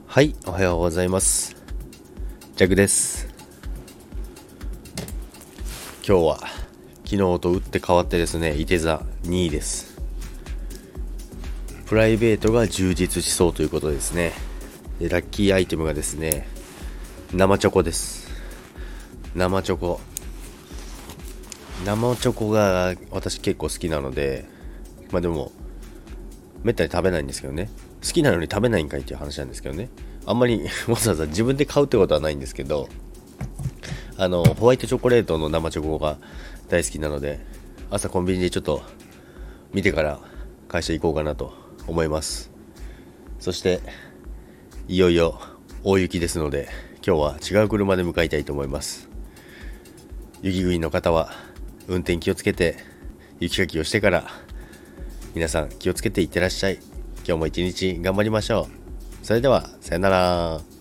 はい、おはようございます。ジャグです。今日は昨日と打って変わってですね、いて座2位です。プライベートが充実しそうということですね。で、ラッキーアイテムがですね、生チョコです。生チョコが私結構好きなので、でもめったに食べないんですけどね。好きなのに食べないんかいっていう話なんですけどね。あんまりわざわざ自分で買うってことはないんですけど、ホワイトチョコレートの生チョコが大好きなので、朝コンビニでちょっと見てから会社行こうかなと思います。そしていよいよ大雪ですので、今日は違う車で向かいたいと思います。雪国の方は運転気をつけて、雪かきをしてから皆さん気をつけていってらっしゃい。今日も一日頑張りましょう。それではさよなら。